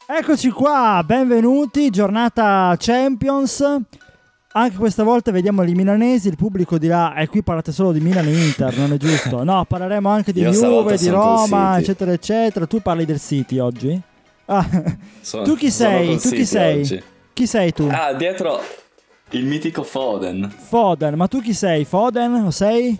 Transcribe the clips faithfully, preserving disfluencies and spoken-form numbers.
Eccoci qua, benvenuti, giornata Champions. Anche questa volta vediamo i milanesi, il pubblico dirà e eh, qui parlate solo di Milan e Inter, non è giusto? No, parleremo anche di Juve, di Roma, eccetera eccetera. Tu parli del City oggi? Ah. Sono, tu chi sei? Tu chi sei? Oggi. Chi sei tu? Ah, dietro il mitico Foden. Foden, ma tu chi sei? Foden o sei?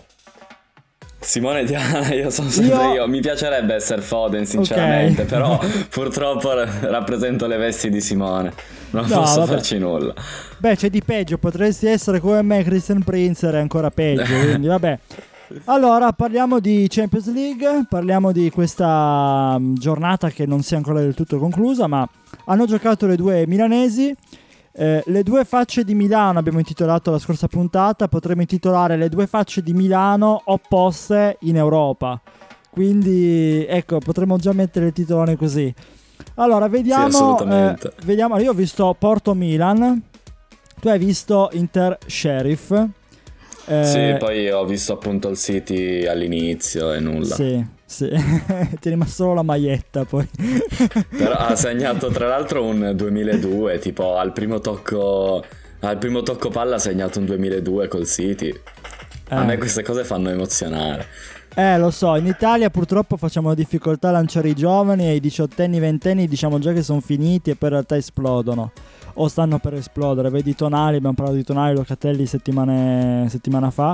Simone Diana, io sono sempre io... io. Mi piacerebbe essere Foden, sinceramente, okay. Però purtroppo rappresento le vesti di Simone. Non no, posso vabbè. farci nulla. Beh, c'è di peggio, potresti essere come me, Christian Prinzer, è ancora peggio, quindi vabbè. Allora, parliamo di Champions League, parliamo di questa giornata che non si è ancora del tutto conclusa, ma hanno giocato le due milanesi. Eh, le due facce di Milano abbiamo intitolato la scorsa puntata, potremmo intitolare le due facce di Milano opposte in Europa, quindi ecco, potremmo già mettere il titolone così. Allora vediamo, sì, assolutamente. eh, vediamo, io ho visto Porto Milan, tu hai visto Inter Sheriff. Eh, sì, poi ho visto appunto il City all'inizio e nulla. Sì, sì. Ti è rimasta solo la maglietta poi. Però ha segnato tra l'altro un duemiladue, tipo al primo tocco al primo tocco palla ha segnato un duemiladue col City. Eh. A me queste cose fanno emozionare. Eh, lo so, in Italia purtroppo facciamo difficoltà a lanciare i giovani e i diciottenni, ventenni diciamo già che sono finiti e poi in realtà esplodono. O stanno per esplodere, vedi Tonali, abbiamo parlato di Tonali, Locatelli settimane, settimana fa.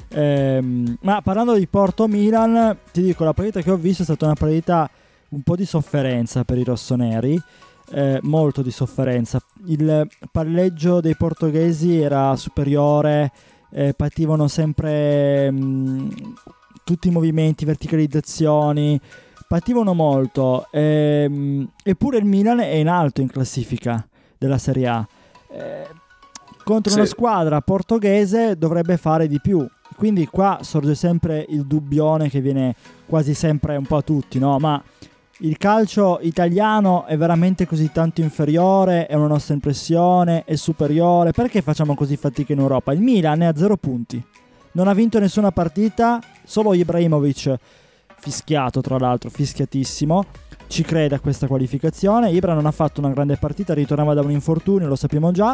Ehm, ma parlando di Porto Milan, ti dico, la partita che ho visto è stata una partita un po' di sofferenza per i rossoneri, eh, molto di sofferenza. Il palleggio dei portoghesi era superiore, eh, pativano sempre mh, tutti i movimenti, verticalizzazioni, pativano molto, ehm, eppure il Milan è in alto in classifica della Serie A. Eh, contro sì. una squadra portoghese dovrebbe fare di più, quindi qua sorge sempre il dubbione che viene quasi sempre un po' a tutti, no? Ma il calcio italiano è veramente così tanto inferiore? È una nostra impressione? È superiore? Perché facciamo così fatica in Europa? Il Milan è a zero punti, non ha vinto nessuna partita, solo Ibrahimovic, fischiato tra l'altro, fischiatissimo, ci crede a questa qualificazione. Ibra non ha fatto una grande partita, ritornava da un infortunio, lo sappiamo già,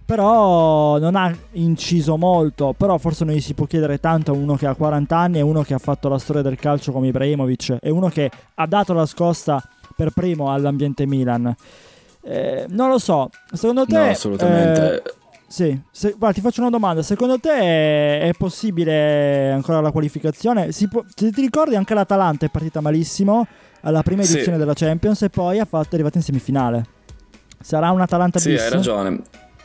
però non ha inciso molto. Però forse non gli si può chiedere tanto a uno che ha quaranta anni e uno che ha fatto la storia del calcio come Ibrahimovic e uno che ha dato la scossa per primo all'ambiente Milan. Eh, non lo so, secondo te... No, assolutamente... Eh, sì, se, guarda, ti faccio una domanda, secondo te è, è possibile ancora la qualificazione? Si può, se ti ricordi anche l'Atalanta è partita malissimo alla prima edizione sì. della Champions e poi ha fatto, è arrivata in semifinale. Sarà un Atalanta bis? Sì, hai ragione.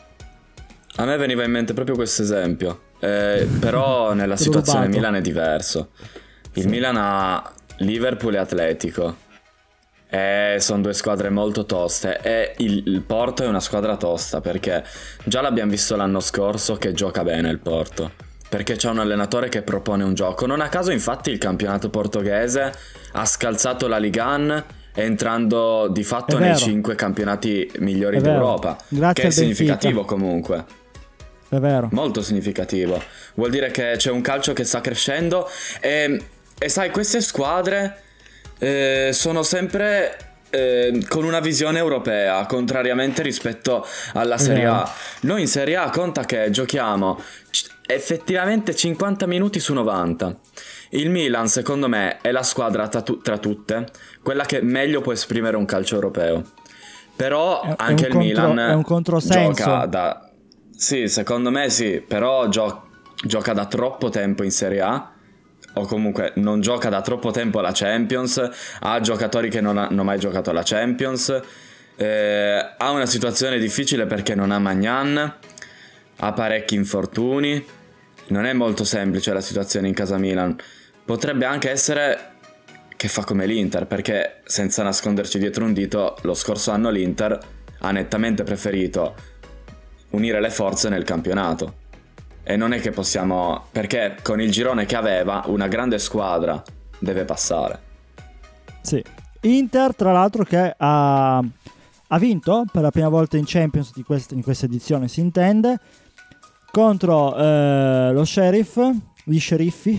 A me veniva in mente proprio questo esempio, eh, però nella situazione Milan è diverso. Il sì. Milan ha Liverpool e Atletico. Eh, sono due squadre molto toste e il, il Porto è una squadra tosta perché già l'abbiamo visto l'anno scorso che gioca bene il Porto, perché c'è un allenatore che propone un gioco. Non a caso infatti il campionato portoghese ha scalzato la Ligue uno entrando di fatto nei cinque campionati migliori d'Europa. Grazie, che è significativo comunque. È vero. Molto significativo. Vuol dire che c'è un calcio che sta crescendo e, e sai, queste squadre Eh, sono sempre eh, con una visione europea, contrariamente rispetto alla Serie A. Noi in Serie A conta che giochiamo c- effettivamente cinquanta minuti su novanta. Il Milan secondo me è la squadra tra, tu- tra tutte quella che meglio può esprimere un calcio europeo. Però è, anche è il contro, Milan è un controsenso. Gioca da... Sì, secondo me sì, però gio- gioca da troppo tempo in Serie A, o comunque non gioca da troppo tempo alla Champions, ha giocatori che non hanno mai giocato alla Champions, eh, ha una situazione difficile perché non ha Maignan, ha parecchi infortuni, non è molto semplice la situazione in casa Milan. Potrebbe anche essere che fa come l'Inter, perché senza nasconderci dietro un dito, lo scorso anno l'Inter ha nettamente preferito unire le forze nel campionato. E non è che possiamo, perché con il girone che aveva una grande squadra deve passare. Sì, Inter tra l'altro che ha, ha vinto per la prima volta in Champions di quest- in questa edizione si intende, contro eh, lo Sheriff, gli sceriffi.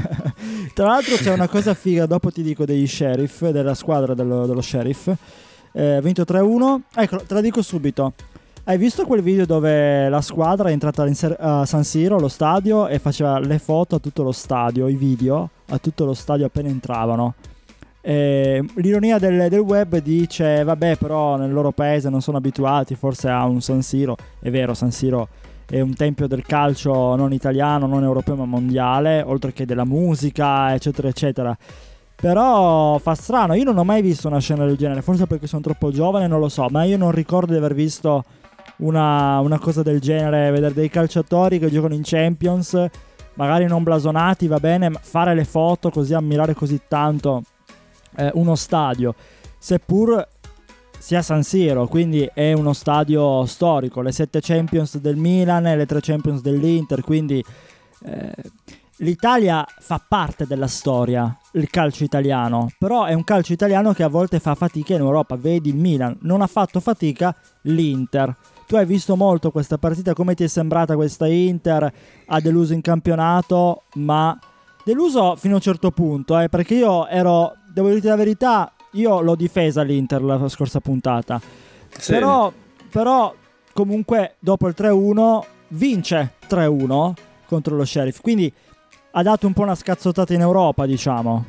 Tra l'altro c'è una cosa figa, dopo ti dico degli Sheriff, della squadra dello, dello Sheriff. eh, ha vinto tre a uno. Ecco, te la dico subito. Hai visto quel video dove la squadra è entrata in ser- a San Siro, lo stadio, e faceva le foto a tutto lo stadio, i video a tutto lo stadio appena entravano? E l'ironia del, del web dice, vabbè, però nel loro paese non sono abituati forse a un San Siro. È vero, San Siro è un tempio del calcio non italiano, non europeo ma mondiale, oltre che della musica, eccetera eccetera. Però fa strano, io non ho mai visto una scena del genere, forse perché sono troppo giovane, non lo so, ma io non ricordo di aver visto una, una cosa del genere, vedere dei calciatori che giocano in Champions, magari non blasonati, va bene, ma fare le foto così, ammirare così tanto eh, uno stadio, seppur sia San Siro, quindi è uno stadio storico, le sette Champions del Milan e le tre Champions dell'Inter, quindi eh, l'Italia fa parte della storia, il calcio italiano, però è un calcio italiano che a volte fa fatica in Europa. Vedi il Milan, non ha fatto fatica l'Inter. Tu hai visto molto questa partita, come ti è sembrata questa Inter? Ha deluso in campionato, ma deluso fino a un certo punto, eh, perché io ero, devo dirti la verità, io l'ho difesa l'Inter la scorsa puntata, sì. però, però comunque dopo il tre a uno vince tre a uno contro lo Sheriff, quindi ha dato un po' una scazzottata in Europa, diciamo.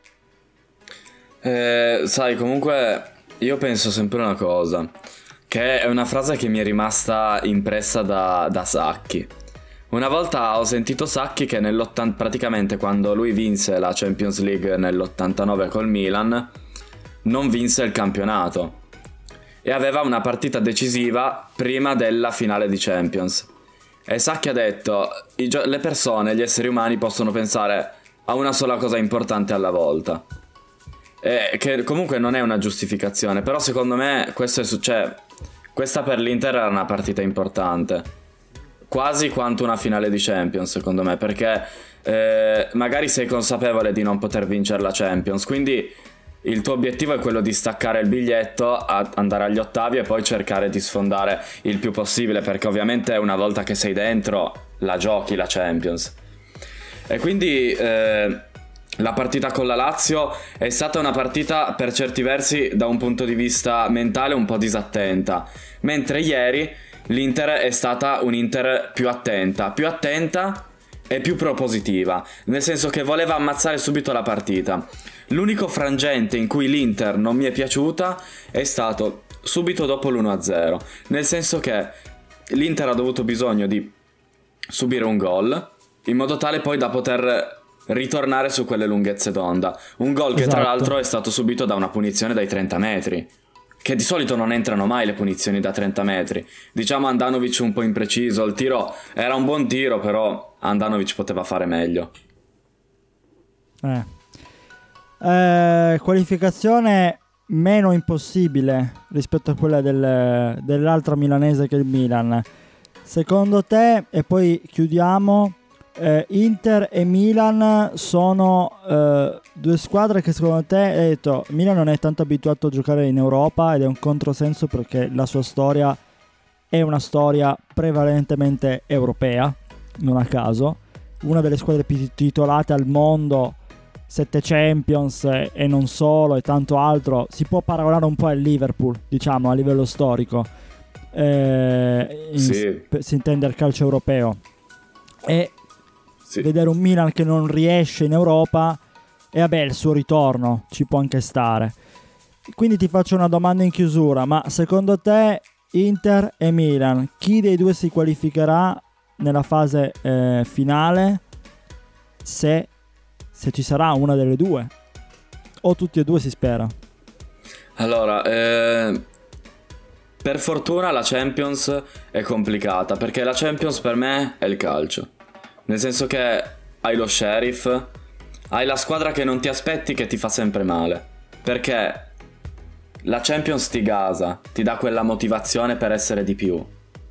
Eh, sai, comunque io penso sempre una cosa, che è una frase che mi è rimasta impressa da, da Sacchi. Una volta ho sentito Sacchi che nell'ottanta, praticamente quando lui vinse la Champions League nell'ottantanove col Milan, non vinse il campionato e aveva una partita decisiva prima della finale di Champions. E Sacchi ha detto, i gio- le persone, gli esseri umani possono pensare a una sola cosa importante alla volta. E che comunque non è una giustificazione, però secondo me questo è su- cioè, questa per l'Inter era una partita importante, quasi quanto una finale di Champions secondo me, perché eh, magari sei consapevole di non poter vincere la Champions, quindi il tuo obiettivo è quello di staccare il biglietto, a andare agli ottavi e poi cercare di sfondare il più possibile, perché ovviamente una volta che sei dentro la giochi la Champions. E quindi eh, la partita con la Lazio è stata una partita per certi versi da un punto di vista mentale un po' disattenta, mentre ieri l'Inter è stata un'Inter più attenta, più attenta e più propositiva, nel senso che voleva ammazzare subito la partita. L'unico frangente in cui l'Inter non mi è piaciuta è stato subito dopo l'uno a zero, nel senso che l'Inter ha dovuto bisogno di subire un gol in modo tale poi da poter ritornare su quelle lunghezze d'onda. Un gol che esatto. Tra l'altro è stato subito da una punizione dai trenta metri, che di solito non entrano mai le punizioni da trenta metri. Diciamo Andanovic un po' impreciso, il tiro era un buon tiro, però Andanovic poteva fare meglio. Eh. Eh, qualificazione meno impossibile rispetto a quella del, dell'altra milanese che è il Milan. Secondo te, e poi chiudiamo, eh, Inter e Milan sono eh, due squadre che secondo te, hai detto, Milan non è tanto abituato a giocare in Europa ed è un controsenso perché la sua storia è una storia prevalentemente europea, non a caso, una delle squadre più titolate al mondo, sette Champions e, e non solo e tanto altro, si può paragonare un po' al Liverpool, diciamo, a livello storico, eh, in, sì. si intende al calcio europeo, e sì. Vedere un Milan che non riesce in Europa, e vabbè, il suo ritorno ci può anche stare. Quindi ti faccio una domanda in chiusura, ma secondo te Inter e Milan, chi dei due si qualificherà nella fase eh, finale, se se ci sarà una delle due, o tutti e due si spera? Allora, eh, per fortuna la Champions è complicata, perché la Champions per me è il calcio, nel senso che hai lo Sheriff, hai la squadra che non ti aspetti, che ti fa sempre male, perché la Champions ti gasa, ti dà quella motivazione per essere di più,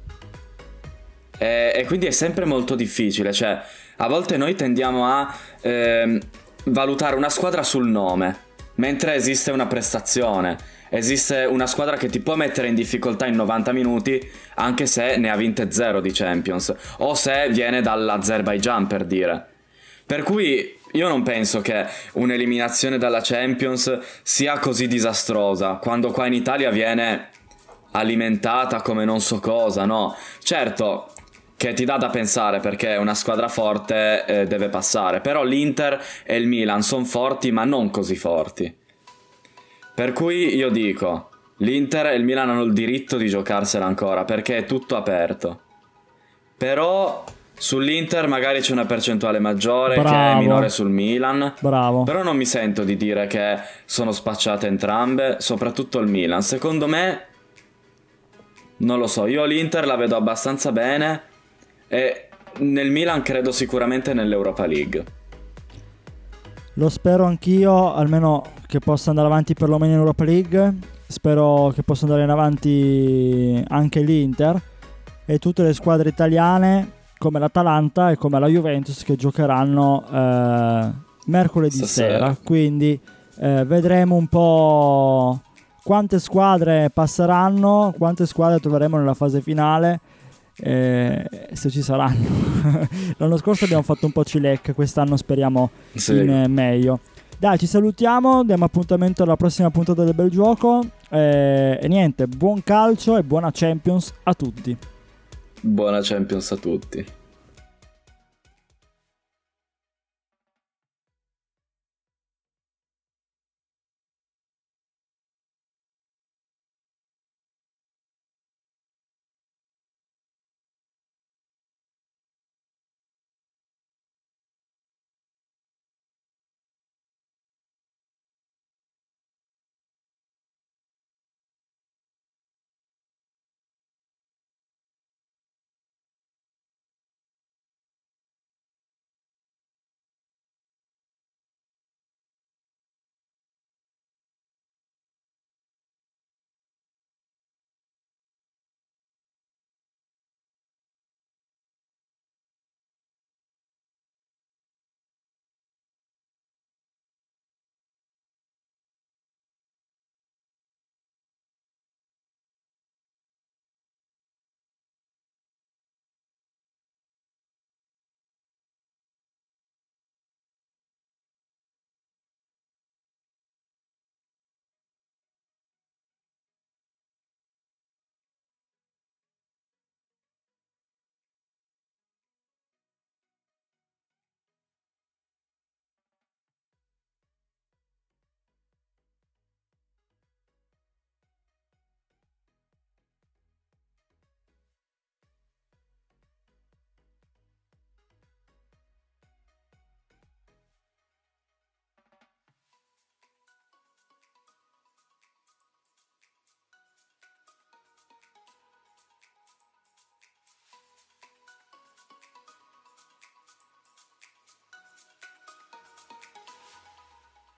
e, e quindi è sempre molto difficile. Cioè, a volte noi tendiamo a eh, valutare una squadra sul nome, mentre esiste una prestazione, esiste una squadra che ti può mettere in difficoltà in novanta minuti anche se ne ha vinte zero di Champions, o se viene dall'Azerbaijan, per dire. Per cui io non penso che un'eliminazione dalla Champions sia così disastrosa, quando qua in Italia viene alimentata come non so cosa, no? Certo che ti dà da pensare, perché una squadra forte eh, deve passare, però l'Inter e il Milan sono forti ma non così forti. Per cui io dico, l'Inter e il Milan hanno il diritto di giocarsela ancora, perché è tutto aperto. Però sull'Inter magari c'è una percentuale maggiore, Bravo. che è minore sul Milan. Bravo. Però non mi sento di dire che sono spacciate entrambe, soprattutto il Milan. Secondo me, non lo so, io l'Inter la vedo abbastanza bene e nel Milan credo sicuramente nell'Europa League. Lo spero anch'io, almeno che possa andare avanti perlomeno in Europa League. Spero che possa andare in avanti anche l'Inter e tutte le squadre italiane come l'Atalanta e come la Juventus, che giocheranno eh, mercoledì Stasera. sera. Quindi eh, vedremo un po' quante squadre passeranno, quante squadre troveremo nella fase finale, eh, se ci saranno. L'anno scorso abbiamo fatto un po' cilecca, quest'anno speriamo Sì. in eh, meglio. Dai, ci salutiamo, diamo appuntamento alla prossima puntata del Bel Gioco eh, e niente, buon calcio e buona Champions a tutti. Buona Champions a tutti.